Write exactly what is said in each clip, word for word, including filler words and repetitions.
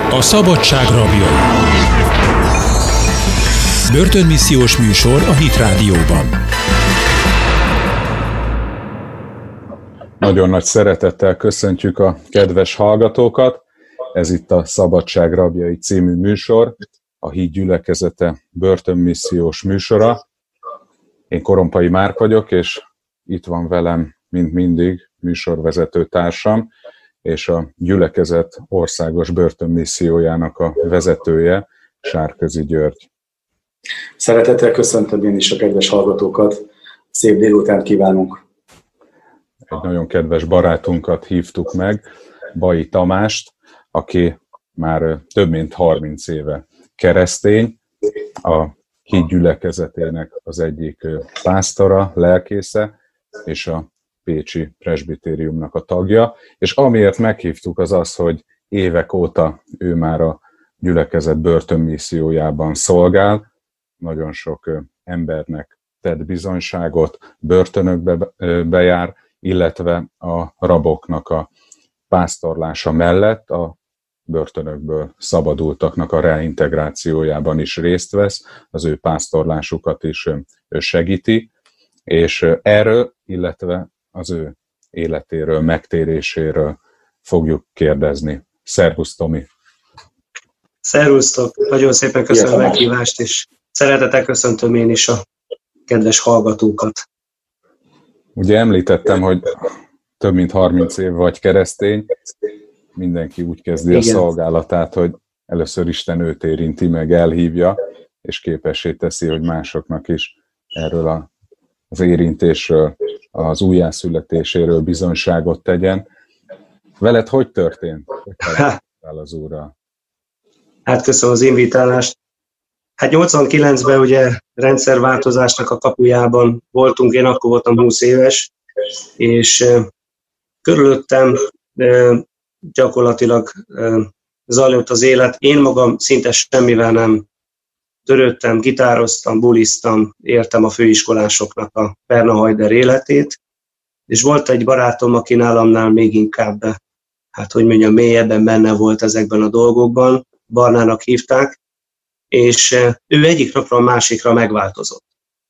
A szabadság rabjai. Börtönmissziós műsor a Hit Rádióban. Nagyon nagy szeretettel köszöntjük a kedves hallgatókat. Ez itt a Szabadság rabjai című műsor, a Hit gyülekezete börtönmissziós műsora. Én Korompai Márk vagyok, és itt van velem, mint mindig, műsorvezető társam, és a gyülekezet országos börtönmissziójának a vezetője, Sárközi György. Szeretettel köszöntöm én is a kedves hallgatókat. Szép délutánt kívánunk! Egy nagyon kedves barátunkat hívtuk meg, Bai Tamást, aki már több mint harminc éve keresztény, a Hit gyülekezetének az egyik pásztora, lelkésze, és a pécsi presbitériumnak a tagja, és amiért meghívtuk az az, hogy évek óta ő már a gyülekezet börtönmissziójában szolgál, nagyon sok embernek tett bizonyságot, börtönökbe bejár, illetve a raboknak a pásztorlása mellett a börtönökből szabadultaknak a reintegrációjában is részt vesz, az ő pásztorlásukat is segíti, és erről, illetve az ő életéről, megtéréséről fogjuk kérdezni. Szervusz, Tomi! Szervusztok! Nagyon szépen köszönöm a meghívást, és szeretettel köszöntöm én is a kedves hallgatókat. Ugye említettem, hogy több mint harminc év vagy keresztény, mindenki úgy kezdi Igen. a szolgálatát, hogy először Isten őt érinti meg, elhívja, és képessé teszi, hogy másoknak is erről a, az érintésről, az újjászületéséről bizonyságot tegyen. Veled hogy történt? Hogy találkoztál az Úrral? Hát köszönöm az invitálást. Hát nyolcvankilencben ugye rendszerváltozásnak a kapujában voltunk, én akkor voltam húsz éves, és uh, körülöttem uh, gyakorlatilag uh, zajlott az élet. Én magam szinte semmivel nem törődtem, gitároztam, buliztam, értem a főiskolásoknak a Pernahajder életét, és volt egy barátom, aki nálamnál még inkább, hát hogy mondjam, mélyebben benne volt ezekben a dolgokban, Barnának hívták, és ő egyik napról a másikra megváltozott.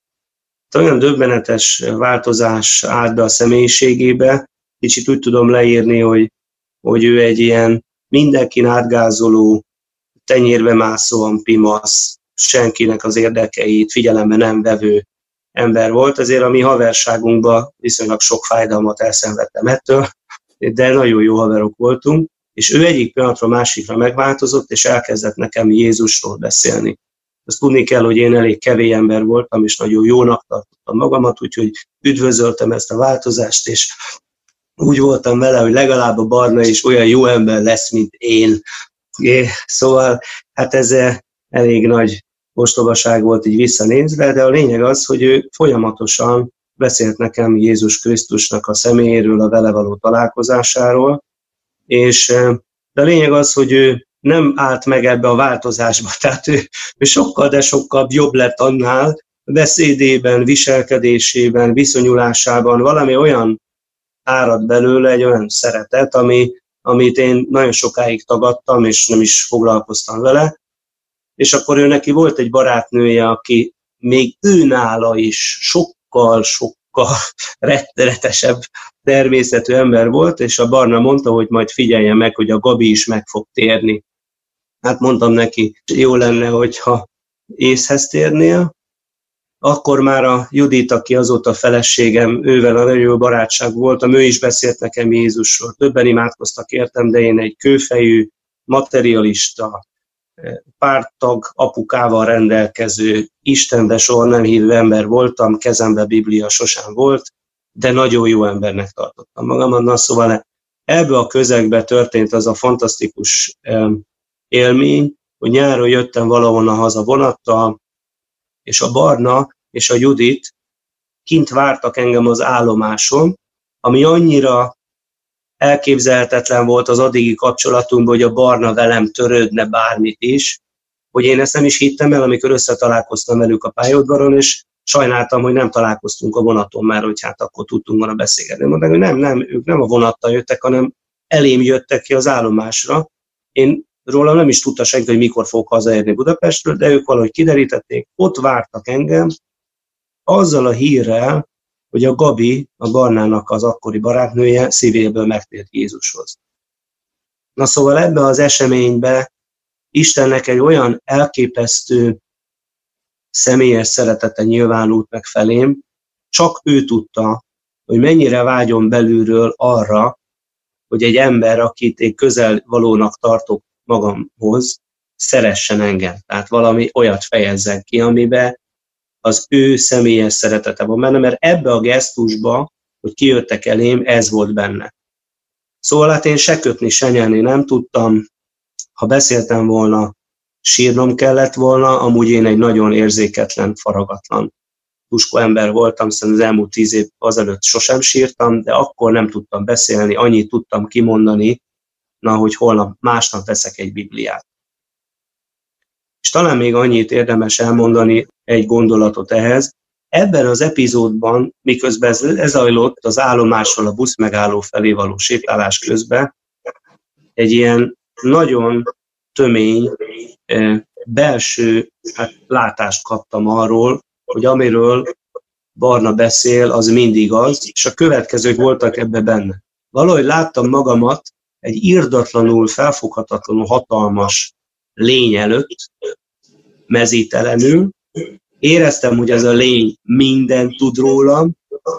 Olyan döbbenetes változás állt be a személyiségébe, kicsit úgy tudom leírni, hogy, hogy ő egy ilyen mindenkin átgázoló, tenyérbe mászóan pimasz, senkinek az érdekeit figyelembe nem vevő ember volt, ezért a mi haverságunkban viszonylag sok fájdalmat elszenvedtem ettől, de nagyon jó haverok voltunk, és ő egyik pillanatra másikra megváltozott, és elkezdett nekem Jézusról beszélni. Azt tudni kell, hogy én elég kevés ember voltam, és nagyon jónak tartottam magamat, úgyhogy üdvözöltem ezt a változást, és úgy voltam vele, hogy legalább a Barna is olyan jó ember lesz, mint én. É, szóval hát ez elég nagy ostobaság volt így visszanézve, de a lényeg az, hogy ő folyamatosan beszélt nekem Jézus Krisztusnak a személyéről, a vele való találkozásáról, és de a lényeg az, hogy ő nem állt meg ebbe a változásba, tehát ő, ő sokkal, de sokkal jobb lett annál, beszédében, viselkedésében, viszonyulásában, valami olyan árad belőle, egy olyan szeretet, ami, amit én nagyon sokáig tagadtam, és nem is foglalkoztam vele, és akkor ő neki volt egy barátnője, aki még őnála is sokkal, sokkal rettenetesebb természetű ember volt, és a Barna mondta, hogy majd figyelje meg, hogy a Gabi is meg fog térni. Hát mondtam neki, jó lenne, hogyha észhez térnél. Akkor már a Judit, aki azóta feleségem, ővel a nagyon jó barátság voltam, ő is beszélt nekem Jézusról. Többen imádkoztak értem, de én egy kőfejű, materialista, pártag apukával rendelkező, Istenbe soha nem hívő ember voltam, kezembe Biblia sosem volt, de nagyon jó embernek tartottam magam. Na, szóval ebbe a közegbe történt az a fantasztikus élmény, hogy nyáron jöttem valahonnan haza vonattal, és a Barna és a Judit kint vártak engem az állomáson, ami annyira elképzelhetetlen volt az addigi kapcsolatunkban, hogy a Barna velem törődne bármit is, hogy én ezt nem is hittem el, amikor összetalálkoztam velük a pályaudvaron, és sajnáltam, hogy nem találkoztunk a vonaton már, hogy hát akkor tudtunk volna beszélgetni. Mondták, hogy nem, nem, ők nem a vonattal jöttek, hanem elém jöttek ki az állomásra. Én rólam nem is tudta senki, hogy mikor fog hazaérni Budapestről, de ők valahogy kiderítették, ott vártak engem, azzal a hírrel, hogy a Gabi, a Barnának az akkori barátnője szívéből megtért Jézushoz. Na szóval ebbe az eseménybe Istennek egy olyan elképesztő személyes szeretete nyilvánult meg felém, csak ő tudta, hogy mennyire vágyom belülről arra, hogy egy ember, akit én közel valónak tartok magamhoz, szeressen engem. Tehát valami olyat fejezzen ki, amiben az ő személyes szeretete van benne, mert ebbe a gesztusba, hogy kijöttek elém, ez volt benne. Szóval hát én se kötni, se nyelni nem tudtam. Ha beszéltem volna, sírnom kellett volna, amúgy én egy nagyon érzéketlen, faragatlan tuskó ember voltam, szóval az elmúlt tíz év azelőtt sosem sírtam, de akkor nem tudtam beszélni, annyit tudtam kimondani, na, hogy holnap, másnap veszek egy Bibliát. És talán még annyit érdemes elmondani, egy gondolatot ehhez. Ebben az epizódban, miközben ez, ez zajlott az állomásról a busz megálló felé való sétálás közben, egy ilyen nagyon tömény, belső hát, látást kaptam arról, hogy amiről Barna beszél, az mindig az, és a következők voltak ebbe benne. Valahogy láttam magamat egy irdatlanul, felfoghatatlanul hatalmas lény előtt, mezítelenül. Éreztem, hogy ez a lény mindent tud rólam,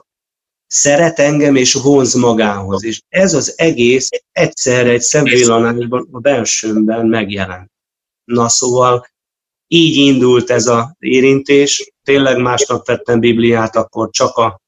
szeret engem és vonz magához. És ez az egész egyszerre egy szemvillanásban a bensőmben megjelent. Na szóval így indult ez az érintés. Tényleg másnap vettem Bibliát, akkor csak a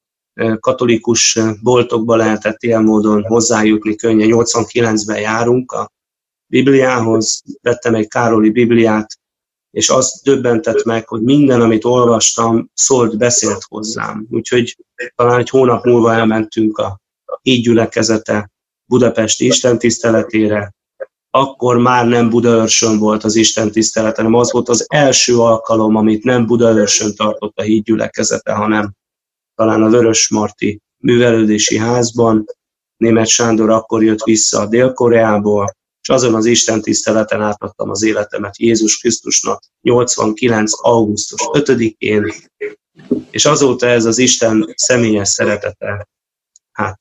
katolikus boltokba lehetett ilyen módon hozzájutni könnyen. nyolcvankilencben járunk a Bibliához, vettem egy Károli Bibliát, és azt döbbentett meg, hogy minden, amit olvastam, szólt, beszélt hozzám. Úgyhogy talán egy hónap múlva elmentünk a Híd gyülekezete budapesti istentiszteletére. Akkor már nem Budaörsön volt az istentisztelet, hanem az volt az első alkalom, amit nem Budaörsön tartott a Híd gyülekezete, hanem talán a Vörösmarty művelődési házban. Németh Sándor akkor jött vissza a Dél-Koreából, és azon az istentiszteleten átadtam az életemet Jézus Krisztusnak nyolcvankilenc. augusztus ötödikén, és azóta ez az Isten személyes szeretete, hát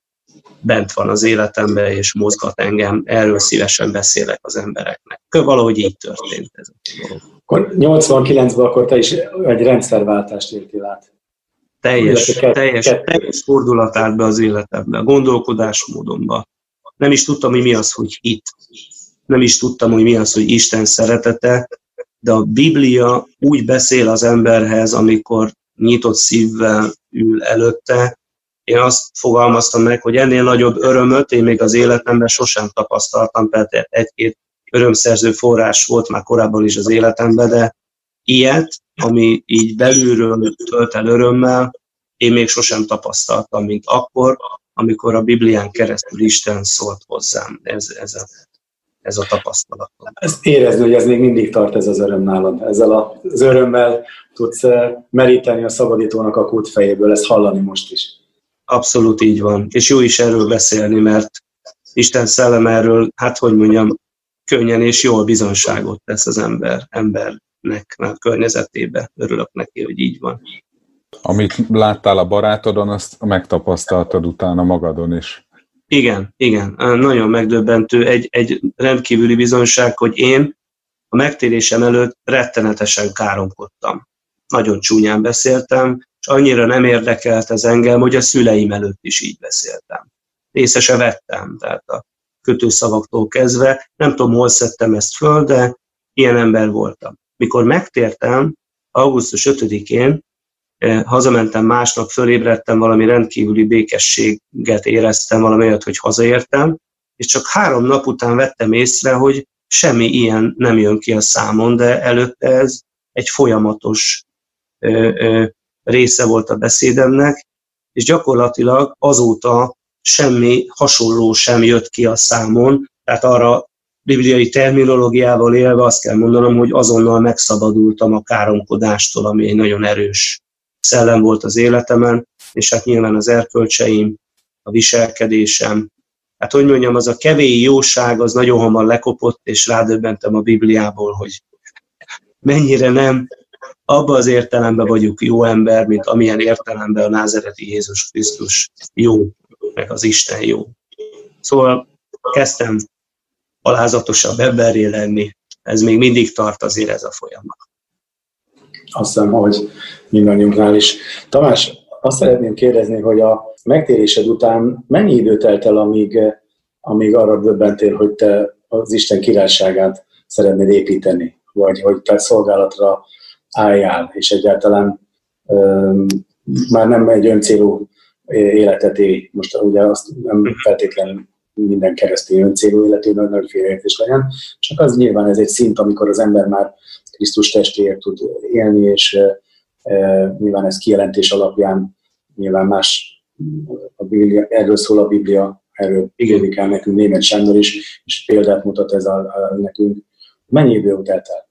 bent van az életemben, és mozgat engem, erről szívesen beszélek az embereknek. Valahogy így történt ez. Akkor nyolcvankilencben akkor te is egy rendszerváltást értél át. Teljes, teljes, teljes fordulat állt be az életembe, a gondolkodásmódomba. Nem is tudtam, hogy mi az, hogy hit. Nem is tudtam, hogy mi az, hogy Isten szeretete, de a Biblia úgy beszél az emberhez, amikor nyitott szívvel ül előtte. Én azt fogalmaztam meg, hogy ennél nagyobb örömöt én még az életemben sosem tapasztaltam, mert egy-két örömszerző forrás volt már korábban is az életemben, de ilyet, ami így belülről tölt el örömmel, én még sosem tapasztaltam, mint akkor, amikor a Biblián keresztül Isten szólt hozzám. Ez, ez, a, ez a tapasztalatom. Ezt érezni, hogy ez még mindig tart, ez az öröm nálad. Ezzel az örömmel tudsz meríteni a szabadítónak a kútfejéből, ezt hallani most is. Abszolút így van. És jó is erről beszélni, mert Isten szellem erről, hát hogy mondjam, könnyen és jól bizonságot tesz az ember, embernek a környezetébe. Örülök neki, hogy így van. Amit láttál a barátodon, azt megtapasztaltad utána magadon is. Igen, igen. Nagyon megdöbbentő. Egy, egy rendkívüli bizonság, hogy én a megtérésem előtt rettenetesen káromkodtam. Nagyon csúnyán beszéltem, és annyira nem érdekelt ez engem, hogy a szüleim előtt is így beszéltem. Észre se vettem, tehát a kötőszavaktól kezdve. Nem tudom, hol szedtem ezt föl, de ilyen ember voltam. Mikor megtértem, augusztus ötödikén, hazamentem másnap, fölébredtem, valami rendkívüli békességet éreztem, valami olyat, hogy hazaértem, és csak három nap után vettem észre, hogy semmi ilyen nem jön ki a számon, de előtte ez egy folyamatos ö, ö, része volt a beszédemnek, és gyakorlatilag azóta semmi hasonló sem jött ki a számon, tehát arra bibliai terminológiával élve azt kell mondanom, hogy azonnal megszabadultam a káromkodástól, ami egy nagyon erős szellem volt az életemen, és hát nyilván az erkölcseim, a viselkedésem, hát hogy mondjam, az a kevés jóság az nagyon hamar lekopott, és rádöbbentem a Bibliából, hogy mennyire nem abban az értelemben vagyunk jó ember, mint amilyen értelemben a názereti Jézus Krisztus jó, meg az Isten jó. Szóval kezdtem alázatosabb emberré lenni. Ez még mindig tart azért ez a folyamat. Azt hiszem, hogy mindannyiunknál is. Tamás, azt szeretném kérdezni, hogy a megtérésed után mennyi idő telt el, amíg, amíg arra döbbentél, hogy te az Isten királyságát szeretnéd építeni, vagy hogy te szolgálatra álljál, és egyáltalán um, már nem egy öncélú életet élj. Most ugye azt nem feltétlenül minden keresztény öncélú életében nagy félreértés legyen, csak az nyilván ez egy szint, amikor az ember már Krisztus testéért tud élni, és e, e, nyilván ez kijelentés alapján nyilván más, a Biblia, erről szól a Biblia, erről prédikál nekünk Németh Sándor is, és példát mutat ez a, a, nekünk. Mennyi idő telt el?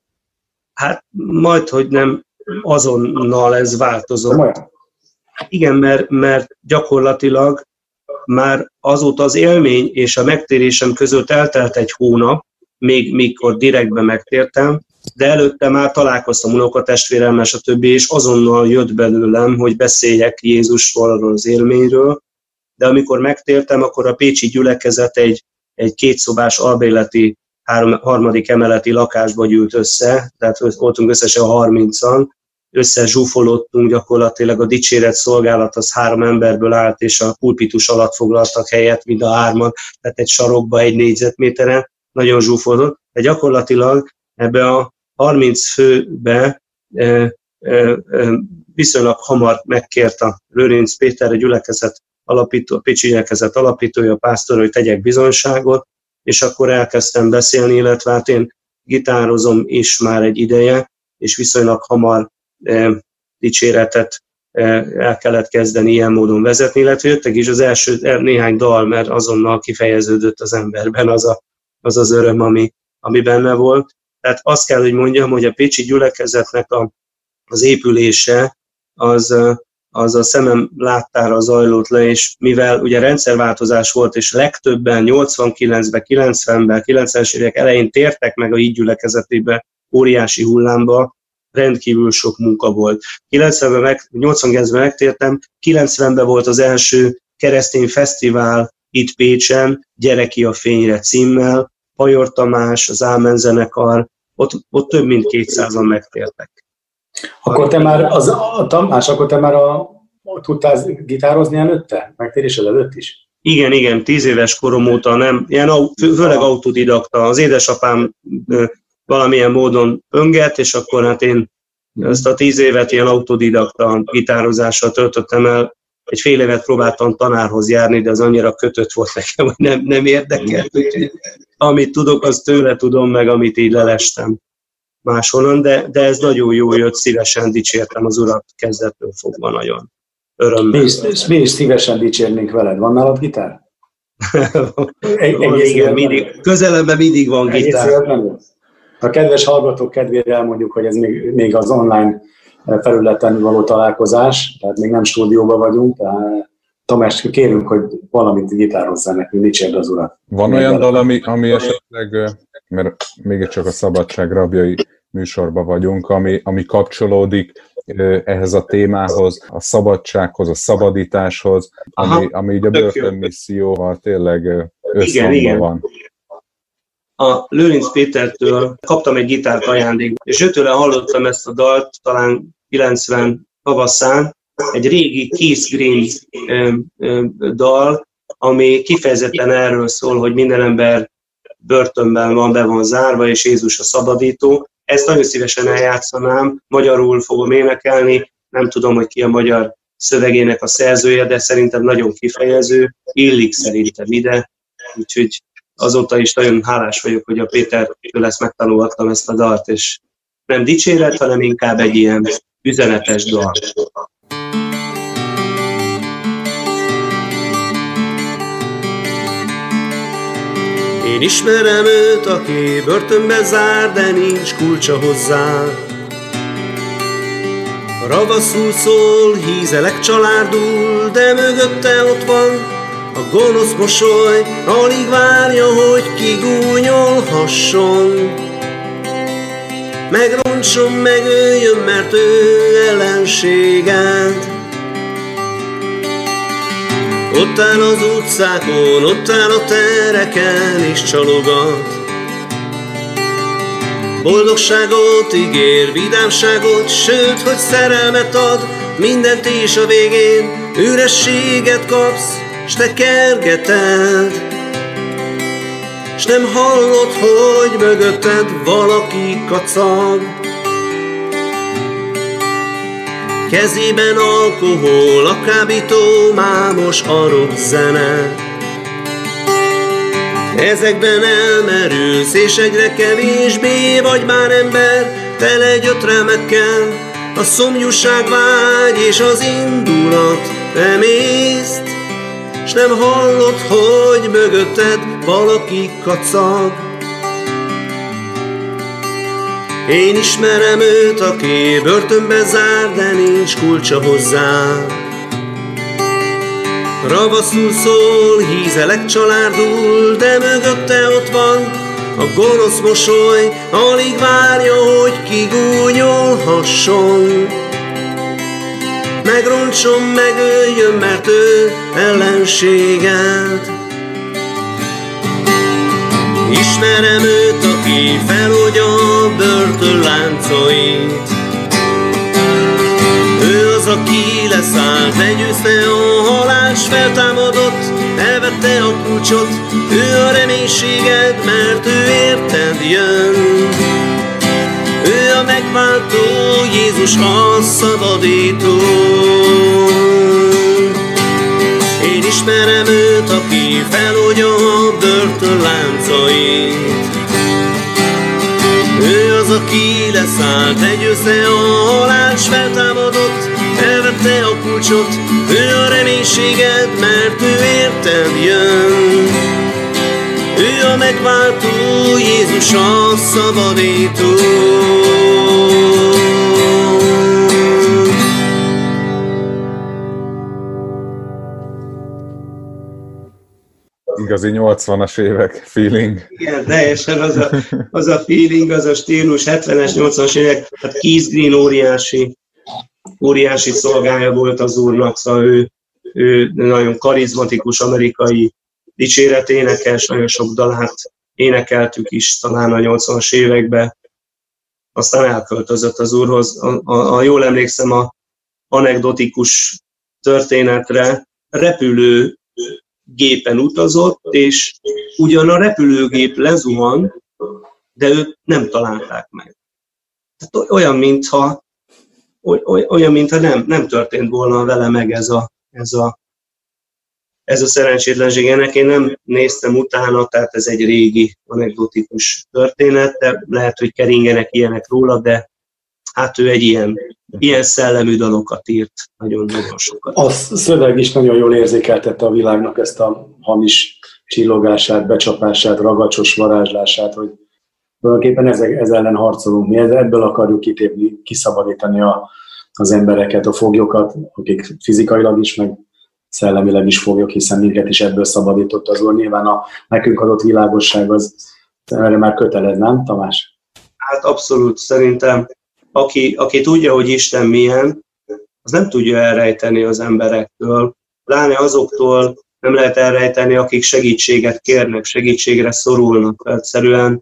Hát majd, hogy nem azonnal ez változott. Olyan? Igen, mert, mert gyakorlatilag már azóta az élmény és a megtérésem között eltelt egy hónap, még mikor direktben megtértem, de előtte már találkoztam unokatestvéremmel, stb. És azonnal jött belőlem, hogy beszéljek Jézusról, arról az élményről, de amikor megtértem, akkor a pécsi gyülekezet egy, egy kétszobás albérleti három, harmadik emeleti lakásba gyűlt össze, tehát voltunk összesen harmincan, összezsúfolottunk, gyakorlatilag a dicséret szolgálat az három emberből állt, és a pulpitus alatt foglaltak helyet, mind a hárman, tehát egy sarokba, egy négyzetméteren, nagyon zsúfolott, de gyakorlatilag ebbe a harminc főbe e, e, e, viszonylag hamar megkért a Lőrinc Péter, a gyülekezet alapító, a pécsi gyülekezet alapítója, a pásztor, hogy tegyek bizonyságot, és akkor elkezdtem beszélni, illetve hát én gitározom is már egy ideje, és viszonylag hamar e, dicséretet e, el kellett kezdeni ilyen módon vezetni, illetve jöttek is az első néhány dal, mert azonnal kifejeződött az emberben az a, az, az öröm, ami, ami benne volt. Tehát azt kell, hogy mondjam, hogy a pécsi gyülekezetnek a, az épülése az, az a szemem láttára zajlott le, és mivel ugye rendszerváltozás volt, és legtöbben nyolcvankilencben, kilencvenben, kilencvenes évek elején tértek meg a így gyülekezetébe, óriási hullámba, rendkívül sok munka volt. kilencvenben meg, nyolcvankilencben megtértem, kilencvenben volt az első keresztény fesztivál itt Pécsen, Gyere ki a fényre címmel, Pajor Tamás, az Ámen zenekar, ott, ott több mint kétszázan megtértek. Akkor te már, az, a Tamás, akkor te már a, tudtál gitározni előtte? Megtérésed előtt is? Igen, igen, tíz éves korom óta nem, ilyen, főleg autodidakta. Az édesapám valamilyen módon önget, és akkor hát én ezt a tíz évet ilyen autodidakta gitározással töltöttem el. Egy fél évet próbáltam tanárhoz járni, de az annyira kötött volt nekem, hogy nem, nem érdekelt. Úgyhogy amit tudok, azt tőle tudom, meg amit így lelestem máshonnan, de, de ez nagyon jó jött, szívesen dicsértem az Urat kezdettől fogva nagyon örömmel. Mi is, mi is szívesen dicsérnénk veled. Van nálad gitár? Egy, van, igen, mindig, közelemben mindig van gitár. A kedves hallgatók kedvére elmondjuk, hogy ez még, még az online felületen való találkozás, tehát még nem stúdióban vagyunk, tehát Tamás, kérünk, hogy valamit gitározzál nekünk, dicsérd az Urat. Van még olyan dal, ami, ami esetleg, mert mégiscsak a Szabadság rabjai műsorban vagyunk, ami, ami kapcsolódik ehhez a témához, a szabadsághoz, a szabadításhoz, ami, ami így a börtönmisszióval tényleg összhangban van. A Lőrinc Pétertől kaptam egy gitárt ajándékba, és őtőle hallottam ezt a dalt, talán kilencven tavaszán, egy régi Keith Green ö, ö, dal, ami kifejezetten erről szól, hogy minden ember börtönben van, be van zárva, és Jézus a szabadító. Ezt nagyon szívesen eljátszanám, magyarul fogom énekelni, nem tudom, hogy ki a magyar szövegének a szerzője, de szerintem nagyon kifejező, illik szerintem ide, úgyhogy azóta is nagyon hálás vagyok, hogy a Pétertől ezt megtanulhattam ezt a dalt, és nem dicséret, hanem inkább egy ilyen üzenetes dal. Én ismerem őt, aki börtönbe zár, de nincs kulcsa hozzá. Ravaszul szól, hízelek csalárdul, de mögötte ott van A gonosz mosoly alig várja, hogy kigúnyolhasson. Megroncson, megöljön, mert ő ellenséged. Ott áll az utcákon, ott áll a tereken, és csalogat. Boldogságot ígér, vidámságot, sőt, hogy szerelmet ad, mindent is a végén ürességet kapsz, s te kergeted. S nem hallod, hogy mögötted valaki kacag. Kezében alkohol, a kábító, mámos arok zene. Ezekben elmerülsz, és egyre kevésbé vagy már ember, tele gyötrelmekkel, a szomjúság vágy és az indulat emészt, s nem hallod, hogy mögötted valaki kacag. Én ismerem őt, aki börtönbe zár, de nincs kulcsa hozzá. Ravaszul szól, hízelek csalárdul, de mögötte ott van a gonosz mosoly, alig várja, hogy kigúnyolhasson. Megroncson, megöljön, mert ő ellenséged. Ismerem őt, aki feloldja a börtön láncait. Ő az, aki leszállt, legyőzte a halált, s feltámadott, elvette a kulcsot. Ő a reménységed, mert ő érted jön. Ő a megváltó, Jézus a szabadító. Én ismerem őt, aki feloldja a börtön láncait. Ő az, aki leszállt, legyőzte a halált, s feltámadott, elvette a kulcsot. Ő a reménységed, mert ő érted jön. Ő a megváltó, Jézus a szabadító. Igazi nyolcvanas évek feeling. Igen, teljesen az a, az a feeling, az a stílus, hetvenes, nyolcvanas évek, tehát Keith Green óriási, óriási szolgája volt az Úrnak, szóval ő, ő nagyon karizmatikus amerikai dicséreténekes, nagyon sok dalát énekeltük is talán a nyolcvanas években, aztán elköltözött az Úrhoz. A, a, a jól emlékszem a anekdotikus történetre, repülő gépen utazott, és ugyan a repülőgép lezuhant, de őt nem találták meg. Tehát olyan, mintha, olyan, mintha nem, nem történt volna vele meg ez a, ez a, ez a szerencsétlenség. Ennek én nem néztem utána, tehát ez egy régi anekdotikus történet, de lehet, hogy keringenek ilyenek róla, de hát ő egy ilyen, ilyen szellemű dalokat írt, nagyon-nagyon sokat. A szöveg is nagyon jól érzékeltette a világnak ezt a hamis csillogását, becsapását, ragacsos varázslását, hogy tulajdonképpen ez, ez ellen harcolunk. Mi ebből akarjuk kitépni, kiszabadítani a, az embereket, a foglyokat, akik fizikailag is, meg szellemileg is foglyok, hiszen minket is ebből szabadított az Úr. Nyilván a nekünk adott világosság az erre már kötelez, nem, Tamás? Hát abszolút, szerintem Aki, aki tudja, hogy Isten milyen, az nem tudja elrejteni az emberektől, pláne azoktól nem lehet elrejteni, akik segítséget kérnek, segítségre szorulnak. Egyszerűen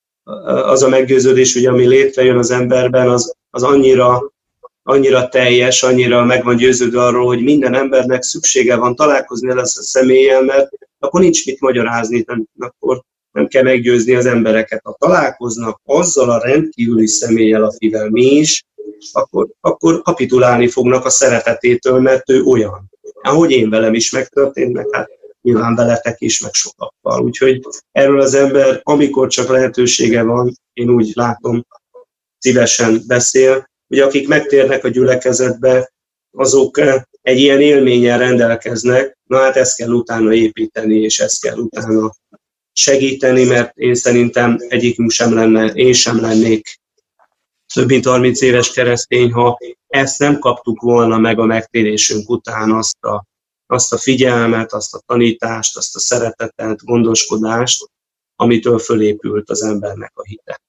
az a meggyőződés, hogy ami létrejön az emberben, az, az annyira, annyira teljes, annyira meg van győződve arról, hogy minden embernek szüksége van találkozni el a személlyel, mert akkor nincs mit magyarázni, nem, akkor nem kell meggyőzni az embereket. Ha találkoznak azzal a rendkívüli személlyel, akivel mi is, akkor, akkor kapitulálni fognak a szeretetétől, mert ő olyan. Ahogy én velem is megtörtént, meg hát nyilván veletek is, meg sokakkal. Úgyhogy erről az ember, amikor csak lehetősége van, én úgy látom, szívesen beszél, hogy akik megtérnek a gyülekezetbe, azok egy ilyen élménnyel rendelkeznek, na hát ezt kell utána építeni, és ezt kell utána segíteni, mert én szerintem egyikünk sem lenne, én sem lennék több mint harminc éves keresztény, ha ezt nem kaptuk volna meg a megtérésünk után, azt a azt a figyelmet, azt a tanítást, azt a szeretetet, gondoskodást, amitől fölépült az embernek a hite.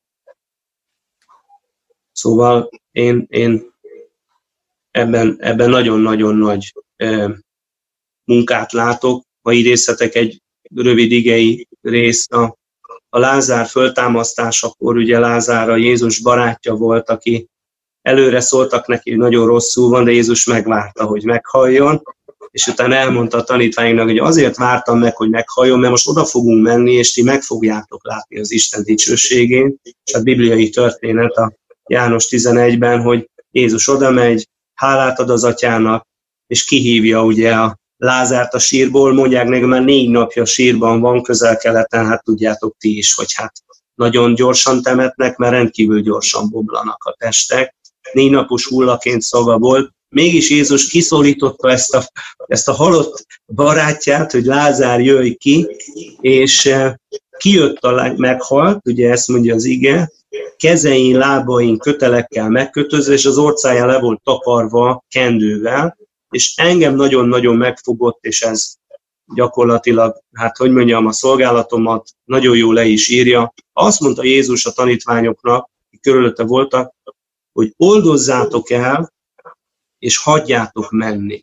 Szóval én, én ebben, ebben nagyon-nagyon nagy eh, munkát látok. Ha idézhetek egy rövid igei részt, a, a Lázár föltámasztásakor, ugye Lázár a Jézus barátja volt, aki előre szóltak neki, hogy nagyon rosszul van, de Jézus megvárta, hogy meghalljon, és utána elmondta a tanítványoknak, hogy azért vártam meg, hogy meghalljon, mert most oda fogunk menni, és ti meg fogjátok látni az Isten dicsőségét. És a bibliai történet a János tizenegyben, hogy Jézus oda megy, hálát ad az atyának, és kihívja ugye a Lázárt a sírból, mondják neki, már négy napja sírban van, közel-keleten, hát tudjátok ti is, hogy hát nagyon gyorsan temetnek, mert rendkívül gyorsan bomlanak a testek. Négy napos hullaként szaga volt, mégis Jézus kiszólította ezt a, ezt a halott barátját, hogy Lázár jöjj ki, és kijött a lány, meghalt, ugye ezt mondja az ige, kezein, lábain kötelekkel megkötözve, és az orcáján le volt takarva kendővel, és engem nagyon-nagyon megfogott, és ez gyakorlatilag, hát hogy mondjam, a szolgálatomat nagyon jól le is írja. Azt mondta Jézus a tanítványoknak, akik körülötte voltak, hogy oldozzátok el, és hagyjátok menni.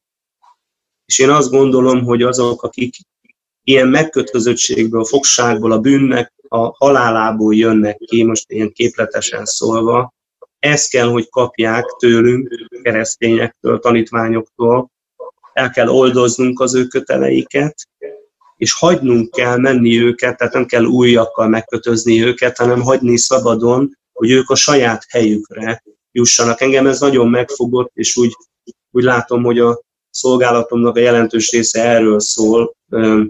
És én azt gondolom, hogy azok, akik ilyen megkötözöttségből, fogságból, a bűnnek, a halálából jönnek ki, most ilyen képletesen szólva, ezt kell, hogy kapják tőlünk, keresztényektől, tanítványoktól, el kell oldoznunk az ő köteleiket, és hagynunk kell menni őket, tehát nem kell újakkal megkötözni őket, hanem hagyni szabadon, hogy ők a saját helyükre jussanak. Engem ez nagyon megfogott, és úgy, úgy látom, hogy a szolgálatomnak a jelentős része erről szól, ö,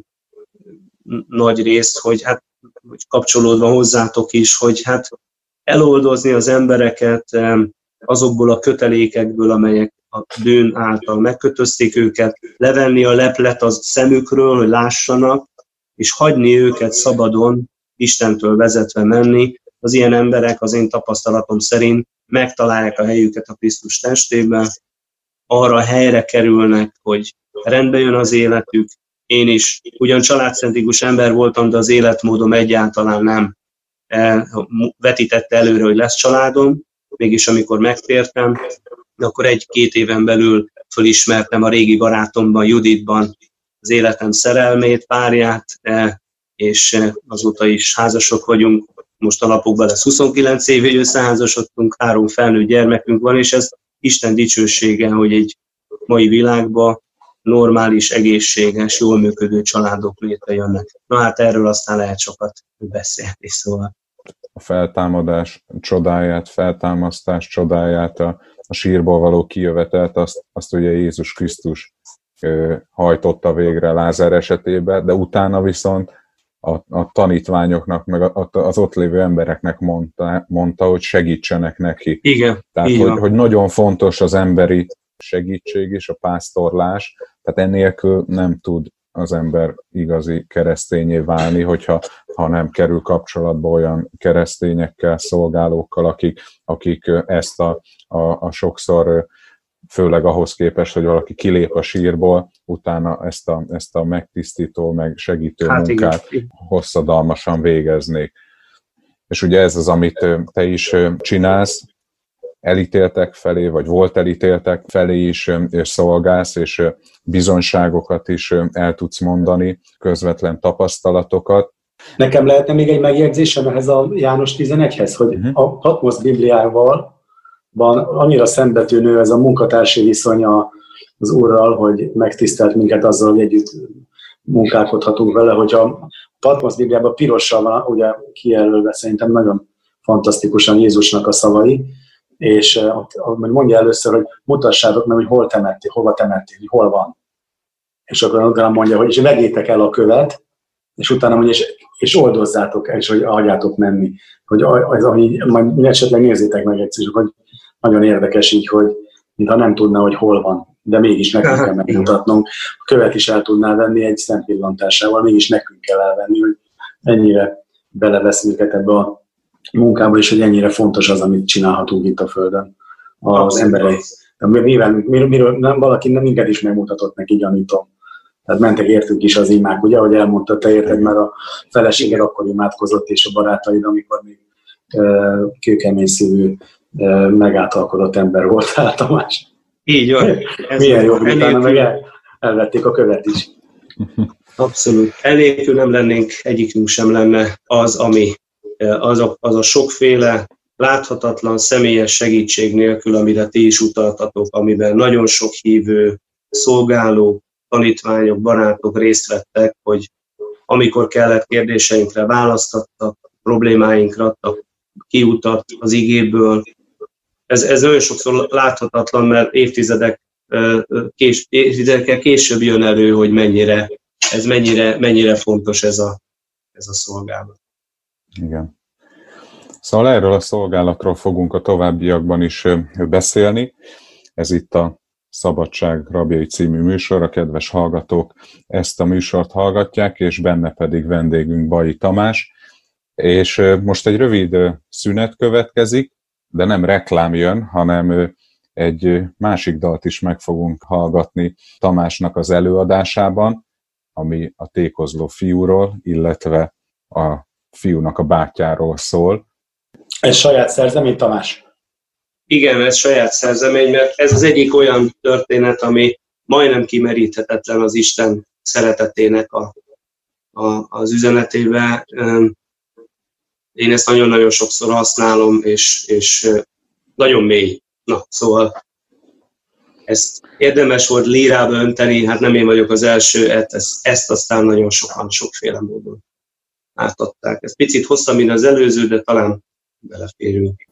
nagy részt, hogy hát hogy kapcsolódva hozzátok is, hogy hát eloldozni az embereket ö, azokból a kötelékekből, amelyek a bűn által megkötözték őket, levenni a leplet a szemükről, hogy lássanak, és hagyni őket szabadon, Istentől vezetve menni. Az ilyen emberek az én tapasztalatom szerint megtalálják a helyüket a Krisztus testében, arra a helyre kerülnek, hogy rendbe jön az életük. Én is ugyan családcentrikus ember voltam, de az életmódom egyáltalán nem vetítette előre, hogy lesz családom. Mégis amikor megtértem, akkor egy-két éven belül fölismertem a régi barátomban, Juditban az életem szerelmét, párját, és azóta is házasok vagyunk. Most a napokban lesz huszonkilenc éve, hogy összeházasodtunk, három felnőtt gyermekünk van, és ez Isten dicsősége, hogy egy mai világban normális, egészséges, jól működő családok létrejönnek. Na hát erről aztán lehet sokat beszélni, szóval. A feltámadás csodáját, feltámasztás csodáját, a, a sírból való kijövetelt, azt, azt ugye Jézus Krisztus ö, hajtotta végre Lázár esetében, de utána viszont A, a tanítványoknak, meg a, az ott lévő embereknek mondta, mondta, hogy segítsenek neki. Igen, Tehát, hogy, hogy nagyon fontos az emberi segítség és a pásztorlás, tehát ennélkül nem tud az ember igazi keresztényé válni, hogyha ha nem kerül kapcsolatba olyan keresztényekkel, szolgálókkal, akik, akik ezt a, a, a sokszor, főleg ahhoz képest, hogy valaki kilép a sírból, utána ezt a, ezt a megtisztító, meg segítő hát munkát igen. hosszadalmasan végeznék. És ugye ez az, amit te is csinálsz, elítéltek felé, vagy volt elítéltek felé is, és szolgálsz, és bizonyságokat is el tudsz mondani, közvetlen tapasztalatokat. Nekem lehetne még egy megjegyzésem ehhez a János tizenegyhez, hogy uh-huh. a Patmosz Bibliával van annyira szembetűnő ez a munkatársi viszonya az Úrral, hogy megtisztelt minket azzal, hogy együtt munkálkodhatunk vele, hogyha a Patmosz Bibliában pirossal van, ugye kijelölve szerintem nagyon fantasztikusan Jézusnak a szavai, és mondja először, hogy mutassátok meg, hogy hol temettél, hova temettél, hogy hol van. És akkor utána mondja, hogy és vegyétek el a követ, és utána mondja, és, és oldozzátok el, és hogy hagyjátok menni. Hogy az, ami, majd esetleg nézzétek meg egyszer, hogy nagyon érdekes így, hogy mintha nem tudna, hogy hol van, de mégis nekünk kell megmutatnunk. A követ is el tudná venni egy szempillantásával, mégis nekünk kell elvenni, hogy ennyire belevesz minket ebbe a munkába, és hogy ennyire fontos az, amit csinálhatunk itt a Földön az emberei Mivel, miről nem, valaki nem minket is megmutatott neki, gyanítom. Tehát mentek értünk is az imák, ugye, ahogy elmondta, te érted, mert a feleséged akkor imádkozott, és a barátaid, amikor még kőkemény szívű, megáltalkodott ember voltál, Tamás. Így van. Milyen jó, hogy utána meg el, elvették a követ is. Abszolút. Ennélkül nem lennénk, egyikünk sem lenne az, ami, az a, az a sokféle láthatatlan személyes segítség nélkül, amire ti is utaltatok, amiben nagyon sok hívő, szolgáló, tanítványok, barátok részt vettek, hogy amikor kellett kérdéseinkre választattak, problémáinkra adtak kiutat az igéből. Ez, ez nagyon sokszor láthatatlan, mert évtizedek, kés, évtizedekkel később jön elő, hogy mennyire, ez mennyire, mennyire fontos ez a, ez a szolgálat. Igen. Szóval erről a szolgálatról fogunk a továbbiakban is beszélni. Ez itt a Szabadság rabjai című műsor, a kedves hallgatók ezt a műsort hallgatják, és benne pedig vendégünk Bai Tamás. És most egy rövid szünet következik, de nem reklám jön, hanem egy másik dalt is meg fogunk hallgatni Tamásnak az előadásában, ami a tékozló fiúról, illetve a fiúnak a bátyjáról szól. Ez saját szerzemény, Tamás? Igen, ez saját szerzemény, mert ez az egyik olyan történet, ami majdnem kimeríthetetlen az Isten szeretetének a, a, az üzenetével. Én ezt nagyon-nagyon sokszor használom, és, és nagyon mély. Na, szóval ezt érdemes volt lírába önteni, hát nem én vagyok az első, ezt, ezt aztán nagyon sokan, sokféle módon átadták. Ez picit hosszabb, mint az előző, de talán beleférünk.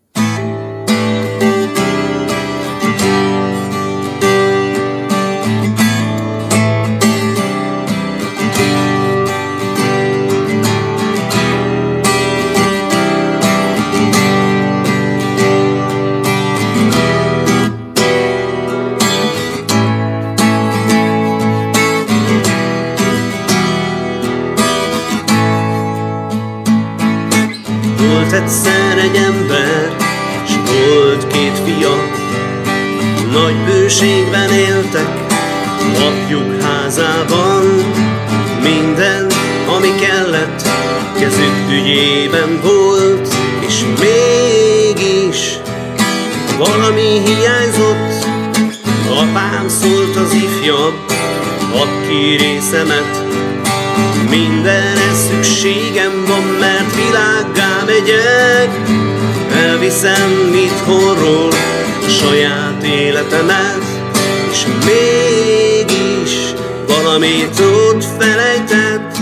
Volt egyszer egy ember, s volt két fia, nagy bőségben éltek, apjuk házában. Minden, ami kellett, kezük ügyében volt, és mégis valami hiányzott. Apám szólt az ifjabb, add ki részemet, mindenre szükségem van, mert világgá megyek. Elviszem itthonról saját életemet, és mégis valamit ott felejtett.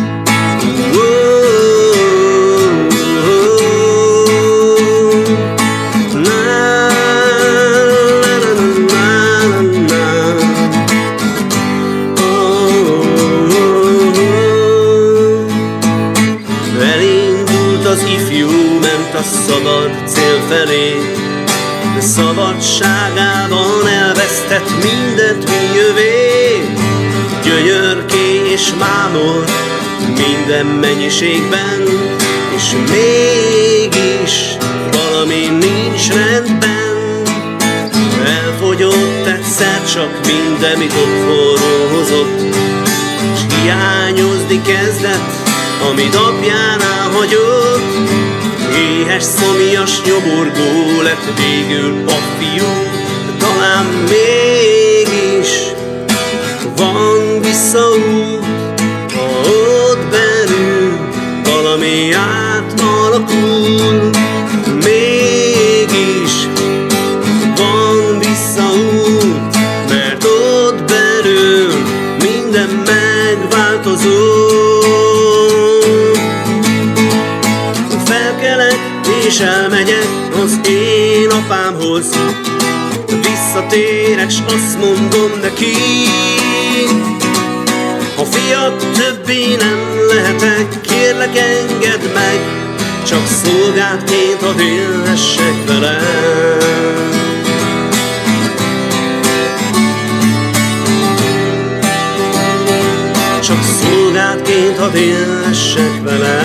A szabad cél felé, de szabadságában elvesztett mindent, mi jövé. Gyönyörké és mámor minden mennyiségben, és mégis valami nincs rendben. Elfogyott egyszer csak minden, mit otthonról hozott, s hiányozni kezdett, amit apjánál hagyott. Éhes, szomjas, nyoborgó lett végül a fiú, talán mégis van visszaút, ha ott belül valami átalakul. Mégis van visszaút, mert ott belül minden megváltozott. És elmegyek az én apámhoz, visszatérek, s azt mondom neki, ha fiat többé nem lehetek, kérlek engedd meg, csak szolgáltként hadd élhessek vele. Csak szolgáltként hadd élhessek vele.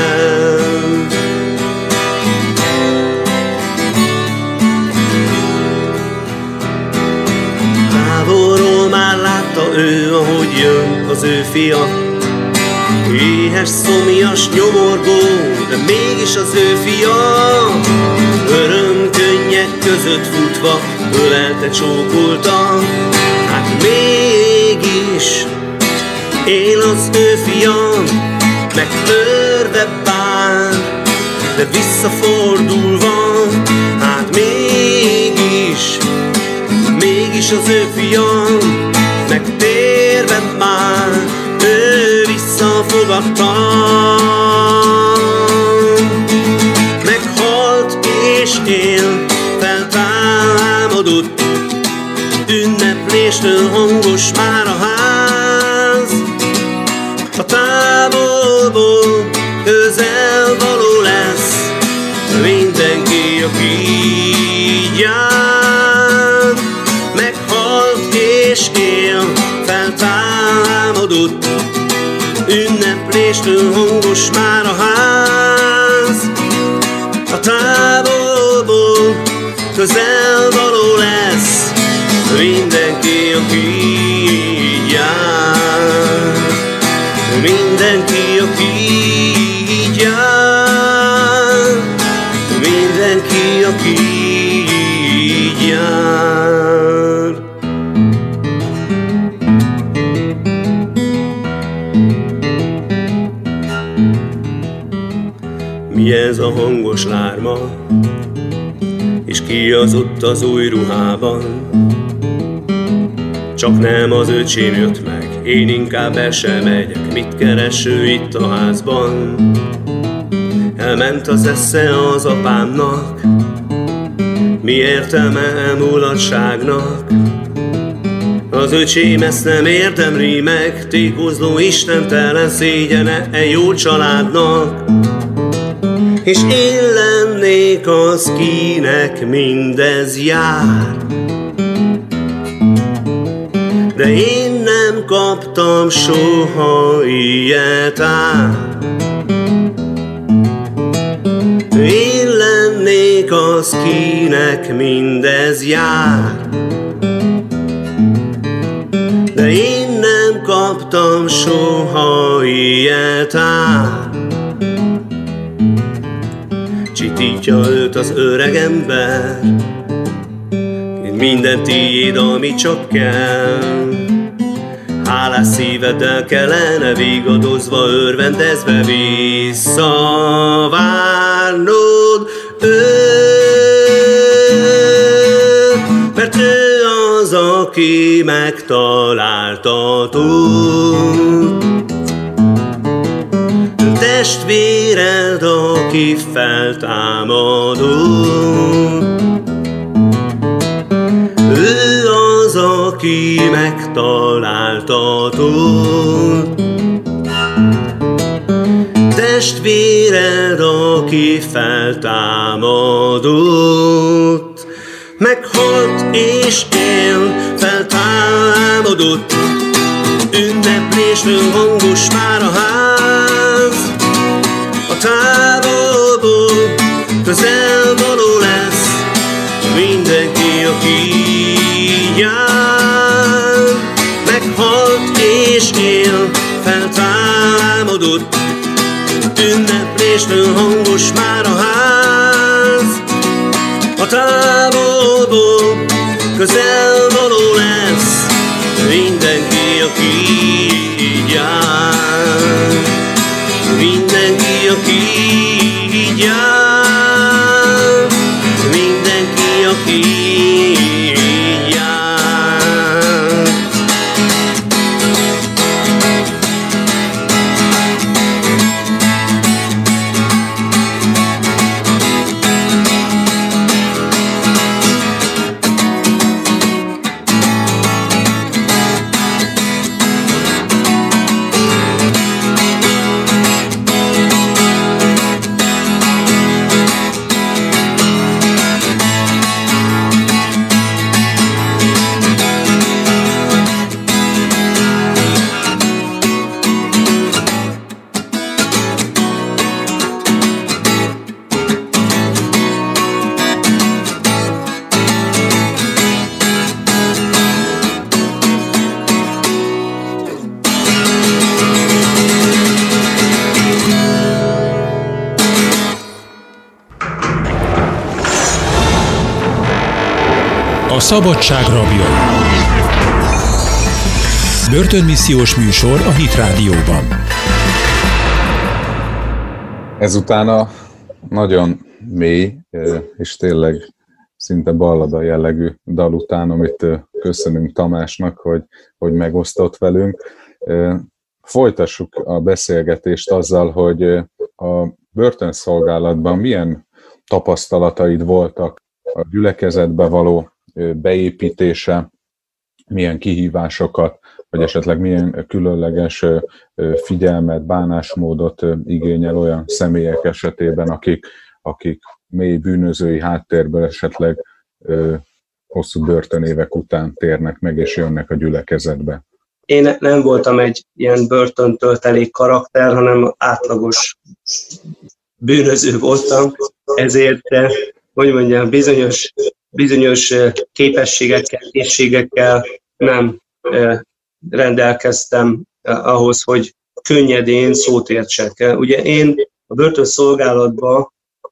az ő fia. Éhes, szomjas, nyomorgó, de mégis az ő fia. Örömkönnyek között futva, ölelte, csókolta, hát mégis él az ő fiam, megtörve bár, de visszafordulva, hát mégis, mégis az ő fiam, megtérve már, ő visszafogadta. Meghalt és él, feltámadott, ünnepléstől hangos már a ház. A távolból közel való lesz mindenki, aki így jár. Meghalt és él, feltámadott, ünnepléstől hangos már a ház. A távolból közel való lesz mindenki, aki így jár. Mindenki, aki így jár. Mindenki, aki így jár. Mi ez a hangos lárma, és ki az ott az új ruhában? Csak nem az öcsém jött meg, én inkább el sem megyek, mit keres ő itt a házban? Elment az esze az apámnak, mi értelme elmulatságnak? Az öcsém ezt nem érdemli meg, tékozló istentelen szégyene e jó családnak. És én lennék az, kinek mindez jár, de én nem kaptam soha ilyet át. Én lennék az, kinek mindez jár, de én nem kaptam soha ilyet át. Csitítja őt az öreg ember, minden tiéd, ami csak kell. Hálás szíveddel kellene vigadozva, örvendezve visszavárnod őt, mert ő az, aki megtaláltatott. Testvéred, aki feltámadott. Ő az, aki megtaláltatott. Testvéred, aki feltámadott. Meghalt és él, feltámadott, ünneplésről hangos már a ház. A távolból közel való lesz mindenki, aki így jár. Meghalt és él, feltámadott, ünneplésről hangos már a ház. A távolból közel való lesz mindenki, aki így jár. Mindenki, aki így jár. Mindenki, aki így jár. szabadság rabjai. Börtönmissziós műsor a Hit Rádióban. Ezután a nagyon mély és tényleg szinte ballada jellegű dal után, amit köszönünk Tamásnak, hogy, hogy megosztott velünk, folytassuk a beszélgetést azzal, hogy a börtönszolgálatban milyen tapasztalataid voltak a gyülekezetbe való beépítése, milyen kihívásokat, vagy esetleg milyen különleges figyelmet, bánásmódot igényel olyan személyek esetében, akik, akik mély bűnözői háttérből esetleg hosszú börtönévek után térnek meg és jönnek a gyülekezetbe. Én nem voltam egy ilyen börtöntöltelék karakter, hanem átlagos bűnöző voltam, ezért, hogy mondjam, bizonyos, bizonyos képességekkel, készségekkel nem rendelkeztem ahhoz, hogy könnyedén szót értsek. Ugye én a börtönszolgálatba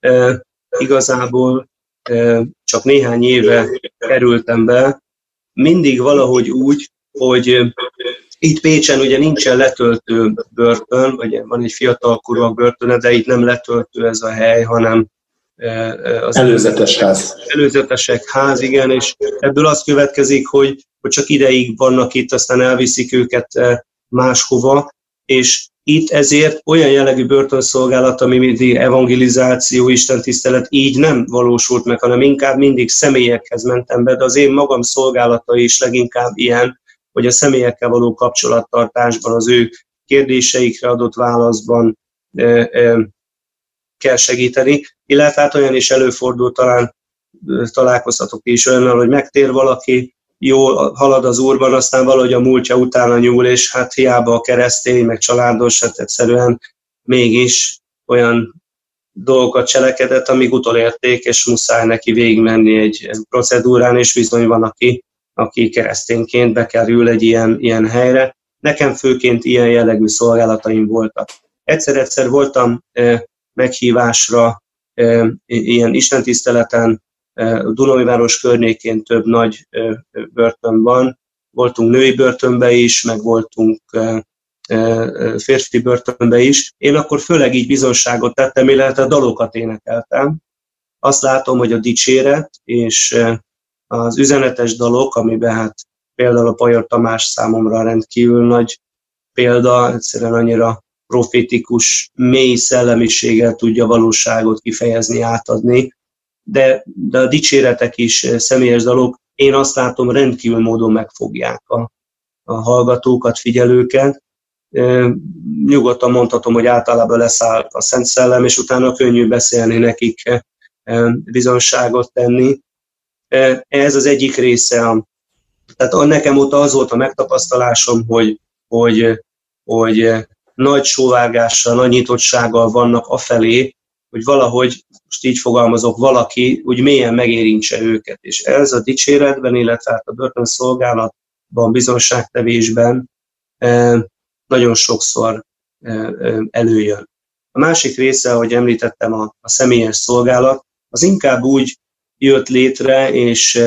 igazából csak néhány éve kerültem be, mindig valahogy úgy, hogy itt Pécsen ugye nincsen letöltő börtön, vagy van egy fiatalkorúak börtöne, de itt nem letöltő ez a hely, hanem az előzetes ház. Előzetesek ház, igen, és ebből az következik, hogy, hogy csak ideig vannak itt, aztán elviszik őket máshova, és itt ezért olyan jellegű börtönszolgálat, ami mindig evangelizáció, istentisztelet, így nem valósult meg, hanem inkább mindig személyekhez mentem be, de az én magam szolgálata is leginkább ilyen, hogy a személyekkel való kapcsolattartásban, az ő kérdéseikre adott válaszban e, e, kell segíteni, illetve hát olyan is előfordul, talán találkozhatok is olyannal, hogy megtér valaki, jól halad az Úrban, aztán valahogy a múltja utána nyúl, és hát hiába a keresztény, meg családos, hát egyszerűen mégis olyan dolgokat cselekedett, amíg utolérték, és muszáj neki végigmenni egy procedúrán, és bizony van, aki, aki keresztényként bekerül egy ilyen, ilyen helyre. Nekem főként ilyen jellegű szolgálataim voltak. Egyszer-egyszer voltam eh, meghívásra eh, ilyen istentiszteleten, Dunajváros környékén több nagy börtön van. Voltunk női börtönbe is, meg voltunk férfi börtönbe is. Én akkor főleg így bizonságot tettem, illetve dalokat énekeltem. Azt látom, hogy a dicséret és az üzenetes dalok, amiben hát például a Pajor Tamás számomra rendkívül nagy példa, egyszerűen annyira profétikus, mély szellemiséggel tudja valóságot kifejezni, átadni, De, de a dicséretek is, személyes dalok, én azt látom, rendkívül módon megfogják a, a hallgatókat, figyelőket. E, nyugodtan mondhatom, hogy általában leszáll a Szent Szellem, és utána könnyű beszélni nekik, e, bizonságot tenni. E, ez az egyik része. A, tehát nekem óta az volt a megtapasztalásom, hogy, hogy, hogy nagy sóvárgással, nagy nyitottsággal vannak afelé, hogy valahogy, most így fogalmazok, valaki úgy mélyen megérintse őket. És ez a dicséretben, illetve a börtönszolgálatban, bizonságtevésben nagyon sokszor előjön. A másik része, ahogy említettem, a, a személyes szolgálat, az inkább úgy jött létre, és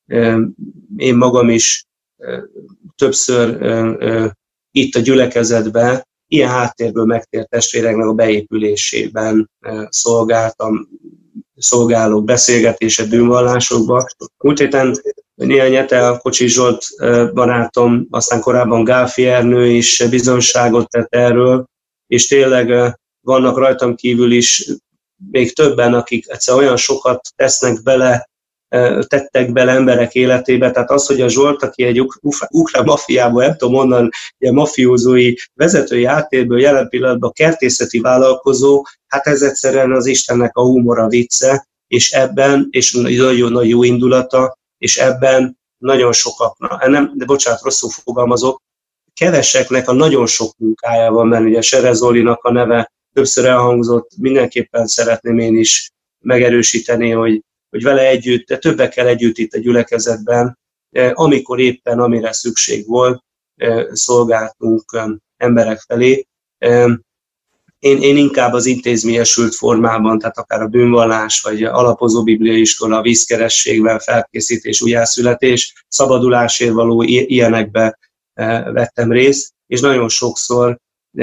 én magam is többször itt a gyülekezetben, ilyen háttérből megtért testvéreknek a beépülésében szolgáltam, szolgálok beszélgetése bűnvallásokba. Múlt héten néhány hete a Kocsis Zsolt barátom, aztán korábban Gálfi Ernő is bizonságot tett erről, és tényleg vannak rajtam kívül is még többen, akik egyszer olyan sokat tesznek bele, tettek bele emberek életébe, tehát az, hogy a Zsolt, aki egy ukrán mafiából, nem tudom onnan, ilyen mafiózói vezetői háttérből jelen pillanatban kertészeti vállalkozó, hát ez egyszerűen az Istennek a humora, vicce, és ebben, és nagyon nagy jó indulata, és ebben nagyon sokaknak, nem, de bocsánat, rosszul fogalmazok, keveseknek a nagyon sok munkája van, mert ugye Sere Zolinak a neve többször elhangzott, mindenképpen szeretném én is megerősíteni, hogy hogy vele együtt, de többekkel együtt itt a gyülekezetben, amikor éppen, amire szükség volt, szolgáltunk emberek felé. én, én inkább az intézményesült formában, tehát akár a bűnvallás, vagy alapozó bibliai iskola, a vízkerességben felkészítés, újjászületés, szabadulásért való ilyenekbe vettem részt, és nagyon sokszor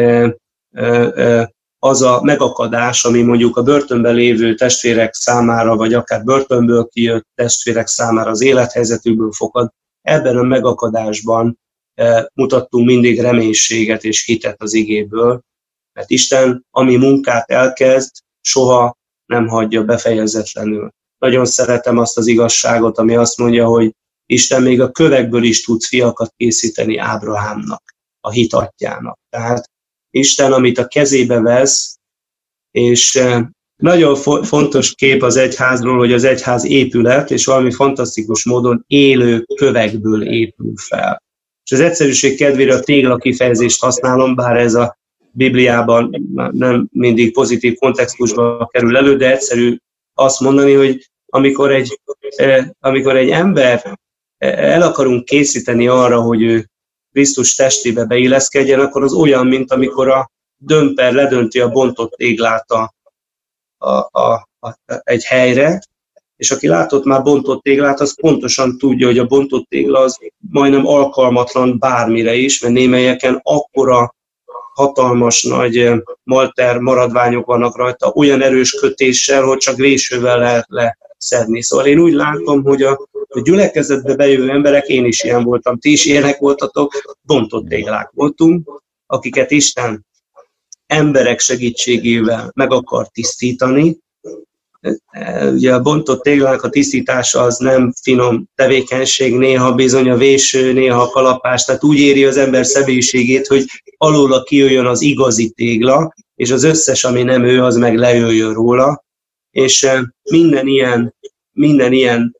az a megakadás, ami mondjuk a börtönben lévő testvérek számára, vagy akár börtönből kijött testvérek számára az élethelyzetükből fakad, ebben a megakadásban mutattunk mindig reménységet és hitet az igéből, mert Isten, ami munkát elkezd, soha nem hagyja befejezetlenül. Nagyon szeretem azt az igazságot, ami azt mondja, hogy Isten még a kövekből is tud fiakat készíteni Ábrahámnak, a hit atyjának. Tehát Isten, amit a kezébe vesz, és nagyon fontos kép az egyházról, hogy az egyház épület, és valami fantasztikus módon élő kövekből épül fel. És az egyszerűség kedvére a tégla kifejezést használom, bár ez a Bibliában nem mindig pozitív kontextusban kerül elő, de egyszerű azt mondani, hogy amikor egy, amikor egy ember el akarunk készíteni arra, hogy ő Krisztus testébe beilleszkedjen, akkor az olyan, mint amikor a dömper ledönti a bontott téglát a, a, a, a, egy helyre, és aki látott már bontott téglát, az pontosan tudja, hogy a bontott tégla az majdnem alkalmatlan bármire is, mert némelyeken akkora hatalmas nagy malter maradványok vannak rajta, olyan erős kötéssel, hogy csak résővel lehet leszedni. Szóval én úgy látom, hogy a, a gyülekezetbe bejövő emberek, én is ilyen voltam, ti is ilyenek voltatok, bontott téglák voltunk, akiket Isten emberek segítségével meg akar tisztítani. Ugye a bontott téglának a tisztítása az nem finom tevékenység, néha bizony a véső, néha a kalapás, tehát úgy éri az ember személyiségét, hogy alóla kijöjjön az igazi tégla, és az összes, ami nem ő, az meg lejöjjön róla, és minden ilyen, minden ilyen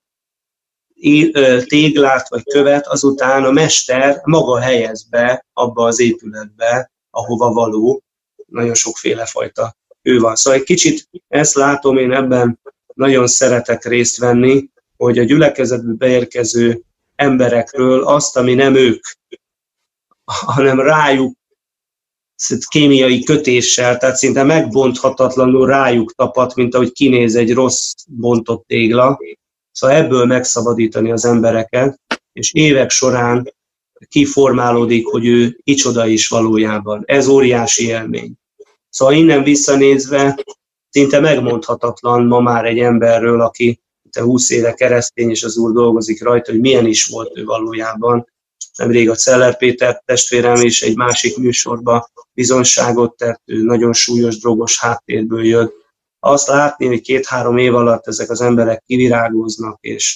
téglát vagy követ azután a mester maga helyez be abba az épületbe, ahova való, nagyon sokféle fajta ő van. Szóval egy kicsit ezt látom, én ebben nagyon szeretek részt venni, hogy a gyülekezetbe beérkező emberekről azt, ami nem ők, hanem rájuk kémiai kötéssel, tehát szinte megbonthatatlanul rájuk tapad, mint ahogy kinéz egy rossz bontott tégla. Szóval ebből megszabadítani az embereket, és évek során kiformálódik, hogy ő kicsoda is valójában. Ez óriási élmény. Szóval innen visszanézve szinte megmondhatatlan ma már egy emberről, aki húsz éve keresztény, és az Úr dolgozik rajta, hogy milyen is volt ő valójában. Nemrég a Celler Péter testvérem is egy másik műsorba bizonságot tett, ő nagyon súlyos drogos háttérből jött. Azt látni, hogy két-három év alatt ezek az emberek kivirágoznak, és,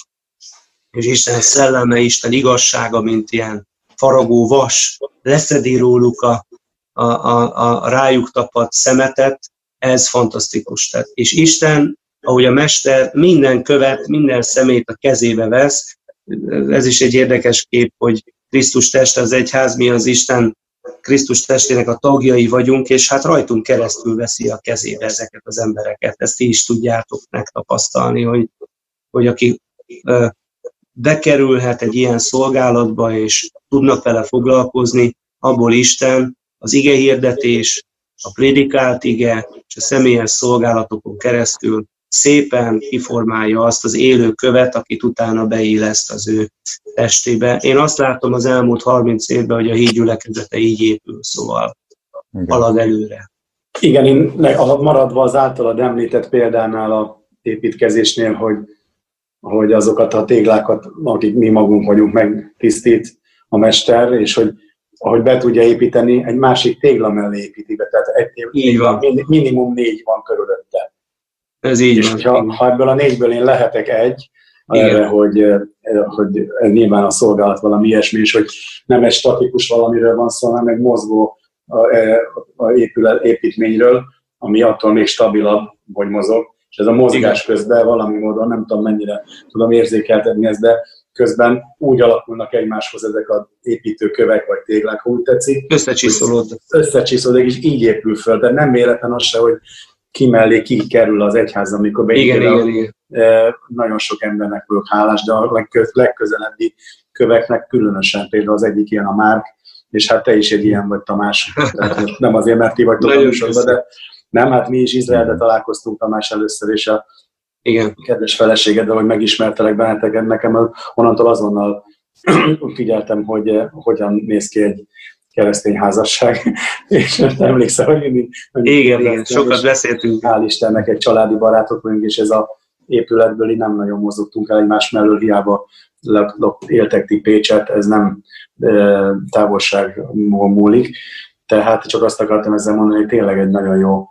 és Isten szelleme, Isten igazsága, mint ilyen faragó vas, leszedi róluk a A, a, a rájuk tapadt szemetet, ez fantasztikus. Tehát, és Isten, ahogy a Mester minden követ, minden szemét a kezébe vesz, ez is egy érdekes kép, hogy Krisztus teste az egyház, mi az Isten Krisztus testének a tagjai vagyunk, és hát rajtunk keresztül veszi a kezébe ezeket az embereket. Ezt ti is tudjátok megtapasztalni, hogy, hogy aki ö, bekerülhet egy ilyen szolgálatba, és tudnak vele foglalkozni, abból Isten az igehirdetés, a prédikált ige és a személyes szolgálatokon keresztül szépen kiformálja azt az élő követ, akit utána beilleszt az ő testébe. Én azt látom az elmúlt harminc évben, hogy a híd gyülekezete így épül, szóval halad előre. Igen, én maradva az általad említett példánál a építkezésnél, hogy, hogy azokat a téglákat, akik mi magunk vagyunk, megtisztít a Mester, és hogy ahogy be tudja építeni, egy másik tégla mellé építi be, tehát egy tégla, minimum négy van körülötte. Ez így és van. Ha, ha ebből a négyből én lehetek egy, erre, hogy, hogy nyilván a szolgálat valami ilyesmi, és hogy nem egy statikus valamiről van szó, hanem egy mozgó a, a épület, építményről, ami attól még stabilabb, hogy mozog, és ez a mozgás közben valami módon, nem tudom mennyire tudom érzékeltetni ezt, de közben úgy alakulnak egymáshoz ezek az építőkövek vagy téglák, ha úgy tetszik. Összecsiszolódnak. Összecsiszolódik, és így épül föl. De nem véletlen az se, hogy ki mellé ki kerül az egyház, amikor beépül. Igen, igen, igen. Nagyon sok embernek vagyok hálás, de a legközelebbi köveknek különösen, például az egyik ilyen a Márk és hát te is egy ilyen vagy, Tamás. Tehát nem azért, mert ti vagytok a műsorban, de nem, hát mi is Izraelbe találkoztunk, Tamás, először, és a Igen. kedves feleségeddel, hogy megismertelek benneteket, nekem onnantól azonnal figyeltem, hogy hogyan néz ki egy keresztény házasság, és emlékszel, hogy mindig... Igen, igen, sokat beszéltünk. Hál' Istennek egy családi barátok vagyunk, és ez a épületből így nem nagyon mozogtunk el egymás mellől, hiába éltek ti Pécset, ez nem távolságból múlik. Tehát csak azt akartam ezzel mondani, hogy tényleg egy nagyon jó,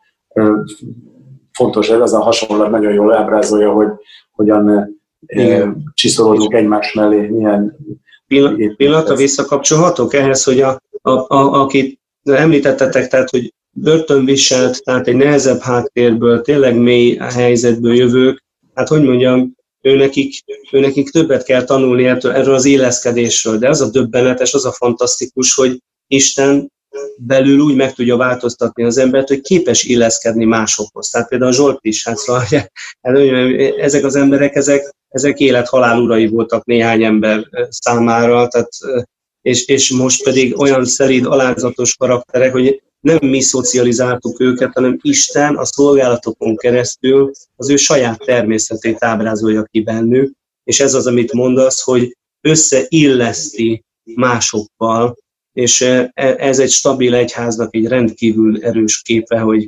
fontos, ez a hasonlat nagyon jól ábrázolja, hogy hogyan igen. csiszolódunk egymás mellé, milyen... Pillanatra visszakapcsolhatok ehhez, hogy a, a, a, akit említettetek, tehát, hogy börtönviselt, tehát egy nehezebb háttérből, tényleg mély helyzetből jövők, hát hogy mondjam, őnekik, őnekik többet kell tanulni erről, erről az illeszkedésről, de az a döbbenetes, az a fantasztikus, hogy Isten belül úgy meg tudja változtatni az embert, hogy képes illeszkedni másokhoz. Tehát például a Zsolt is, hát szóval, ezek az emberek, ezek, ezek élet-halál urai voltak néhány ember számára, tehát, és, és most pedig olyan szerid, alázatos karakterek, hogy nem mi szocializáltuk őket, hanem Isten a szolgálatokon keresztül az ő saját természetét ábrázolja ki bennük, és ez az, amit mondasz, hogy összeilleszti másokkal, és ez egy stabil egyháznak egy rendkívül erős képe, hogy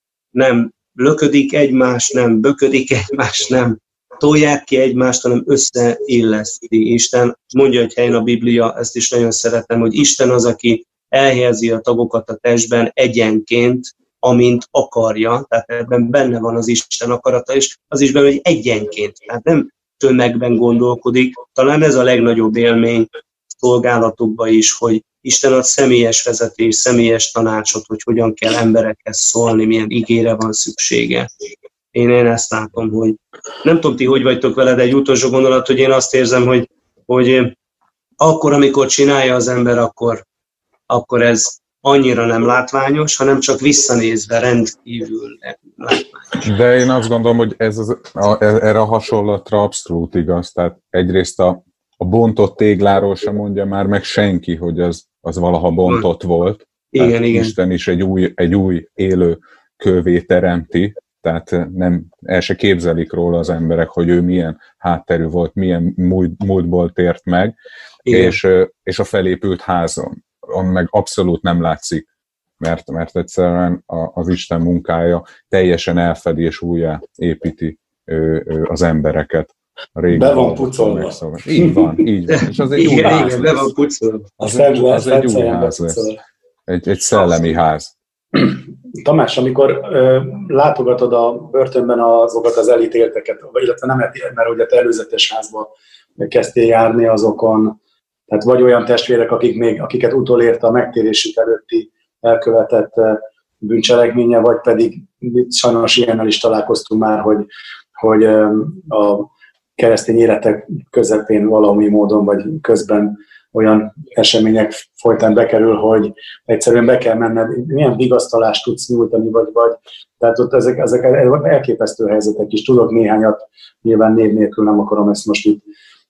nem löködik egymás, nem böködik egymás, nem tolják ki egymást, hanem összeilleszti. Isten mondja egy helyen a Biblia, ezt is nagyon szeretem, hogy Isten az, aki elhelyezi a tagokat a testben egyenként, amint akarja, tehát ebben benne van az Isten akarata, és az is benne, hogy egyenként, tehát nem tömegben gondolkodik. Talán ez a legnagyobb élmény szolgálatokban is, hogy Isten ad személyes vezetés, személyes tanácsot, hogy hogyan kell emberekhez szólni, milyen igére van szüksége. Én, én ezt látom, hogy nem tudom ti, hogy vagytok vele, de egy utolsó gondolat, hogy én azt érzem, hogy, hogy akkor, amikor csinálja az ember, akkor, akkor ez annyira nem látványos, hanem csak visszanézve rendkívül látványos. De én azt gondolom, hogy ez az, a, erre a hasonlatra abszolút igaz. Tehát egyrészt a, a bontott tégláról sem mondja már meg senki, hogy az, az valaha bontott volt. Igen, tehát igen. Isten is egy új, egy új élő kővé teremti, tehát nem, el se képzelik róla az emberek, hogy ő milyen hátterű volt, milyen múlt, múltból tért meg, és, és a felépült házon, meg abszolút nem látszik, mert, mert egyszerűen az Isten munkája teljesen elfedi és újjá építi az embereket. Be van pucolva. Így van, így van. És az egy igen, új igen, ház be van pucolva. Az, egy, az egy új ház lesz. Egy, egy szellemi ház. Tamás, amikor ö, látogatod a börtönben azokat az elítélteket, illetve nem, mert ugye te előzetes házba kezdtél járni azokon, tehát vagy olyan testvérek, akik még, akiket utolérte a megtérésük előtti elkövetett bűncselekménye, vagy pedig sajnos ilyennel is találkoztunk már, hogy, hogy a keresztény életek közepén valami módon, vagy közben olyan események folytán bekerül, hogy egyszerűen be kell menned, milyen vigasztalást tudsz nyújtani, vagy, vagy tehát ott ezek, ezek elképesztő helyzetek is. Tudok néhányat, nyilván név nélkül nem akarom ezt most itt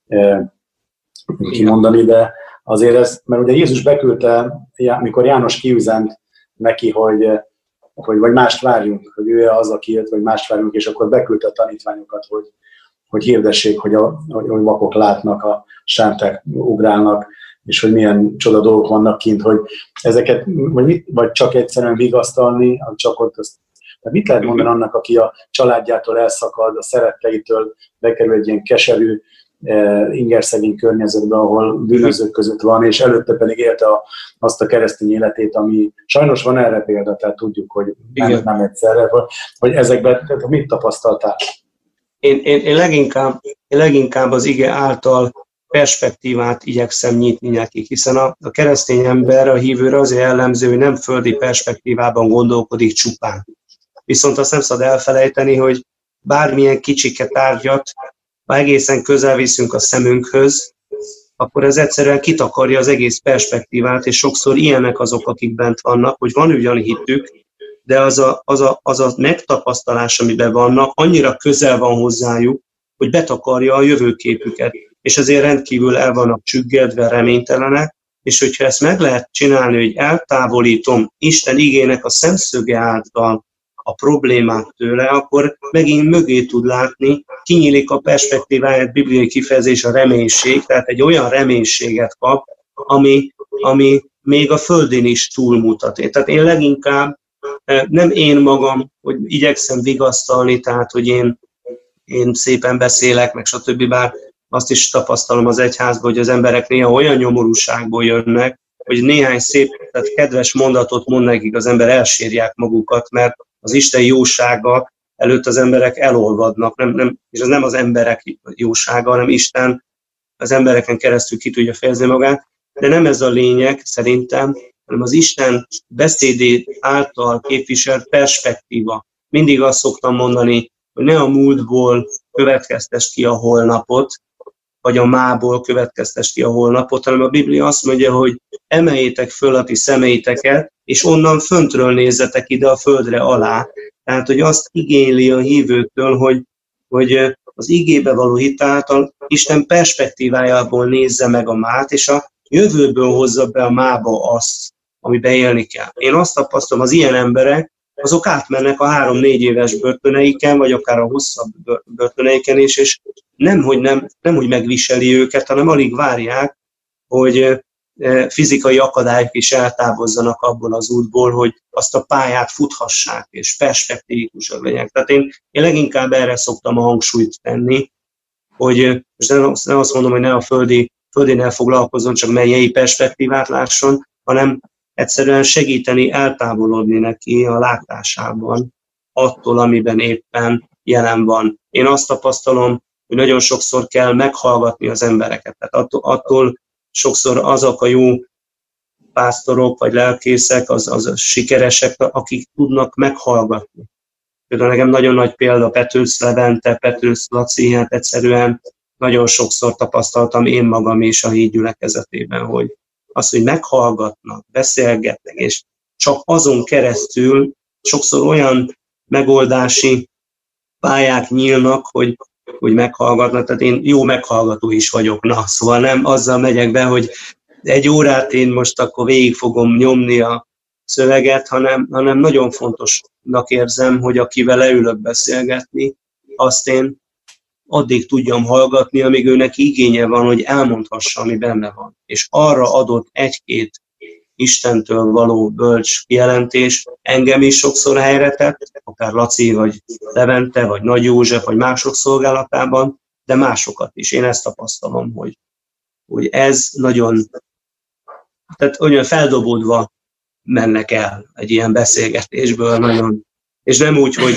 e, kimondani, de azért ez, mert ugye Jézus beküldte, amikor János kiüzent neki, hogy, hogy vagy mást várjunk, hogy ő az, aki jött, vagy mást várjunk, és akkor beküldte a tanítványokat, hogy hogy hirdessék, hogy a hogy vakok látnak, a sánták ugrálnak, és hogy milyen csoda dolgok vannak kint, hogy ezeket, vagy, mit, vagy csak egyszerűen vigasztalni, csak ott azt. De mit lehet mondani annak, aki a családjától elszakad, a szeretteitől bekerül egy ilyen keserű, eh, ingerszegény környezetbe, ahol bűnözők között van, és előtte pedig élte a, azt a keresztény életét, ami sajnos van erre példa, tehát tudjuk, hogy nem, nem egyszerre, hogy ezekben, tehát mit tapasztaltál? Én, én, én, leginkább, én leginkább az ige által perspektívát igyekszem nyitni nekik, hiszen a, a keresztény ember, a hívőre azért jellemző, hogy nem földi perspektívában gondolkodik csupán. Viszont azt nem szabad elfelejteni, hogy bármilyen kicsike tárgyat, ha egészen közel viszünk a szemünkhöz, akkor ez egyszerűen kitakarja az egész perspektívát, és sokszor ilyenek azok, akik bent vannak, hogy van ugyan hitük, de az a, az, a, az a megtapasztalás, amiben vannak, annyira közel van hozzájuk, hogy betakarja a jövőképüket. És ezért rendkívül el vannak csüggedve, reménytelenek, és hogyha ezt meg lehet csinálni, hogy eltávolítom Isten igének a szemszöge által a problémát tőle, akkor megint mögé tud látni, kinyílik a perspektíváját, bibliai kifejezés a reménység, tehát egy olyan reménységet kap, ami, ami még a földén is túlmutat. Tehát én leginkább nem én magam, hogy igyekszem vigasztalni, tehát hogy én, én szépen beszélek, meg stb. Bár azt is tapasztalom az egyházban, hogy az emberek néha olyan nyomorúságból jönnek, hogy néhány szép, tehát kedves mondatot mond nekik, az ember elsírják magukat, mert az Isten jósága előtt az emberek elolvadnak, nem, nem, és ez nem az emberek jósága, hanem Isten az embereken keresztül ki tudja fejezni magát, de nem ez a lényeg szerintem, hanem az Isten beszédé által képviselt perspektíva. Mindig azt szoktam mondani, hogy ne a múltból következtess ki a holnapot, vagy a mából következtess ki a holnapot, hanem a Biblia azt mondja, hogy emeljétek föl a ti szemeiteket, és onnan föntről nézzetek ide a földre alá. Tehát, hogy azt igényli a hívőtől, hogy, hogy az igébe való hit által Isten perspektívájából nézze meg a mát, és a jövőből hozza be a mába azt, amiben élni kell. Én azt tapasztalom, az ilyen emberek, azok átmennek a három-négy éves börtöneiken, vagy akár a hosszabb börtöneiken is, és nem, hogy, nem, nem, hogy megviseli őket, hanem alig várják, hogy fizikai akadályok is eltávozzanak abból az útból, hogy azt a pályát futhassák, és perspektívikusak legyenek. Tehát én, én leginkább erre szoktam a hangsúlyt tenni, hogy most nem azt mondom, hogy ne a földi, földénel foglalkozzon, csak mennyei perspektívát lásson, hanem egyszerűen segíteni eltávolodni neki a látásában attól, amiben éppen jelen van. Én azt tapasztalom, hogy nagyon sokszor kell meghallgatni az embereket. Tehát attól, attól sokszor azok a jó pásztorok vagy lelkészek, az, az a sikeresek, akik tudnak meghallgatni. Például nekem nagyon nagy példa Petősz Levente, Petősz Laci, hát egyszerűen nagyon sokszor tapasztaltam én magam is a híd gyülekezetében, hogy az, hogy meghallgatnak, beszélgetnek, és csak azon keresztül sokszor olyan megoldási pályák nyílnak, hogy, hogy meghallgatnak. Tehát én jó meghallgató is vagyok, na, szóval nem azzal megyek be, hogy egy órát én most akkor végig fogom nyomni a szöveget, hanem, hanem nagyon fontosnak érzem, hogy akivel leülök beszélgetni, azt én addig tudjam hallgatni, amíg őnek igénye van, hogy elmondhassa, ami benne van. És arra adott egy-két Istentől való bölcs kijelentés engem is sokszor helyre tett, akár Laci, vagy Levente, vagy Nagy József, vagy mások szolgálatában, de másokat is. Én ezt tapasztalom, hogy, hogy ez nagyon, tehát olyan feldobódva mennek el egy ilyen beszélgetésből nagyon. És nem úgy, hogy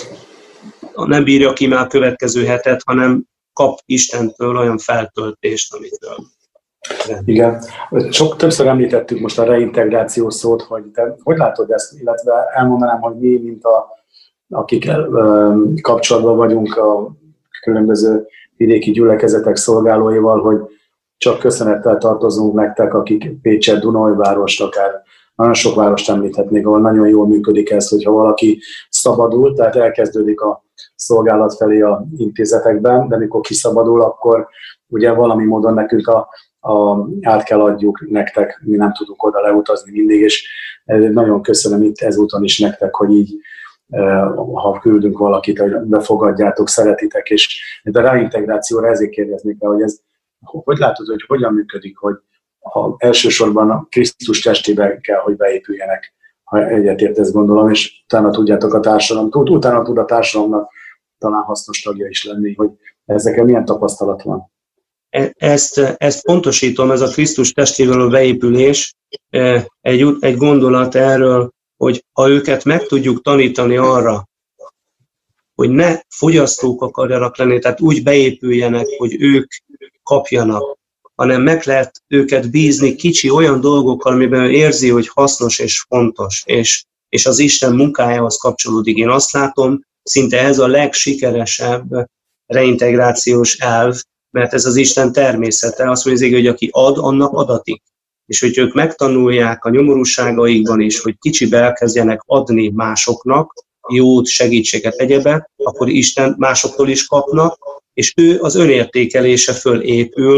nem bírja ki már a következő hetet, hanem kap Istentől olyan feltöltést, amitől. Igen. Sok többször említettük most a reintegráció szót, hogy te hogy látod ezt, illetve elmondanám, hogy mi, mint a, akik kapcsolatban vagyunk a különböző vidéki gyülekezetek szolgálóival, hogy csak köszönettel tartozunk nektek, akik Pécset, Dunajvárost, akár nagyon sok várost említhetnék, ahol nagyon jól működik ez, hogyha valaki szabadul, tehát elkezdődik a szolgálat felé a intézetekben, de mikor kiszabadul, akkor ugye valami módon nekünk a, a, át kell adjuk nektek, mi nem tudunk oda leutazni mindig, és nagyon köszönöm itt ezúton is nektek, hogy így, ha küldünk valakit, hogy befogadjátok, szeretitek, és de a reintegrációra ezért kérdeznék el, hogy ez, hogy látod, hogy hogyan működik, hogy ha elsősorban a Krisztus testében kell, hogy beépüljenek, ha egyetért ezt gondolom, és utána tudjátok a társadalom, utána tud a társadalomnak talán hasznos tagja is lenni, hogy ezekkel milyen tapasztalat van. Ezt, ezt pontosítom, ez a Krisztus testével a beépülés, egy, egy gondolat erről, hogy ha őket meg tudjuk tanítani arra, hogy ne fogyasztók akarjanak lenni, tehát úgy beépüljenek, hogy ők kapjanak, hanem meg lehet őket bízni kicsi olyan dolgokkal, amiben érzi, hogy hasznos és fontos, és, és az Isten munkájához kapcsolódik. Én azt látom, szinte ez a legsikeresebb reintegrációs elv, mert ez az Isten természete. Azt mondja, hogy aki ad, annak adatik. És hogy ők megtanulják a nyomorúságaikban is, hogy kicsibe elkezdjenek adni másoknak, jót, segítséget, egyebet, akkor Isten másoktól is kapnak, és ő az önértékelése fölépül,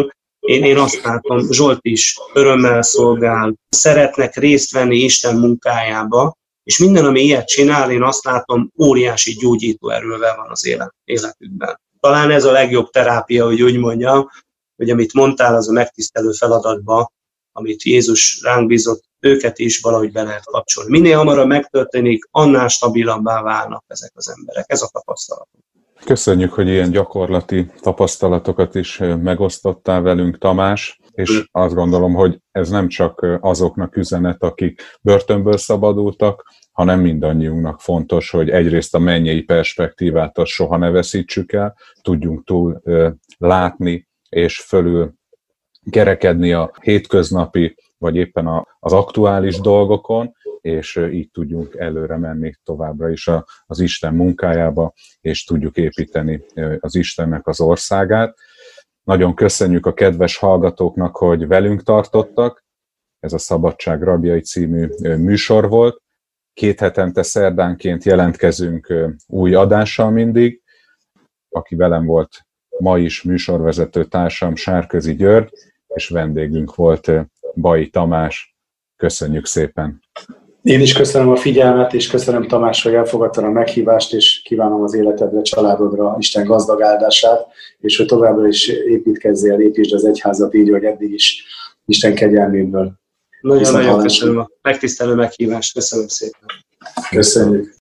Én, én azt látom, Zsolt is örömmel szolgál, szeretnek részt venni Isten munkájába, és minden, ami ilyet csinál, én azt látom, óriási gyógyító erővel van az élet, életükben. Talán ez a legjobb terápia, hogy úgy mondjam, hogy amit mondtál, az a megtisztelő feladatba, amit Jézus ránk bízott, őket is valahogy be lehet kapcsolni. Minél hamarabb megtörténik, annál stabilabbá válnak ezek az emberek. Ez a tapasztalat. Köszönjük, hogy ilyen gyakorlati tapasztalatokat is megosztottál velünk, Tamás, és azt gondolom, hogy ez nem csak azoknak üzenet, akik börtönből szabadultak, hanem mindannyiunknak fontos, hogy egyrészt a mennyei perspektívát azt soha ne veszítsük el, tudjunk túl látni és fölül kerekedni a hétköznapi, vagy éppen az aktuális dolgokon, és így tudjunk előre menni továbbra is az Isten munkájába, és tudjuk építeni az Istennek az országát. Nagyon köszönjük a kedves hallgatóknak, hogy velünk tartottak. Ez a Szabadság Rabjai című műsor volt. Két hetente szerdánként jelentkezünk új adással mindig. Aki velem volt ma is, műsorvezető társam Sárközi György, és vendégünk volt Bai Tamás. Köszönjük szépen! Én is köszönöm a figyelmet, és köszönöm, Tamás, hogy elfogadtad a meghívást, és kívánom az életedre, családodra Isten gazdag áldását, és hogy továbbra is építkezzél, építsd az egyházat így, hogy eddig is Isten kegyelméből. Nagyon-nagyon köszönöm a megtisztelő meghívást, köszönöm szépen. Köszönjük.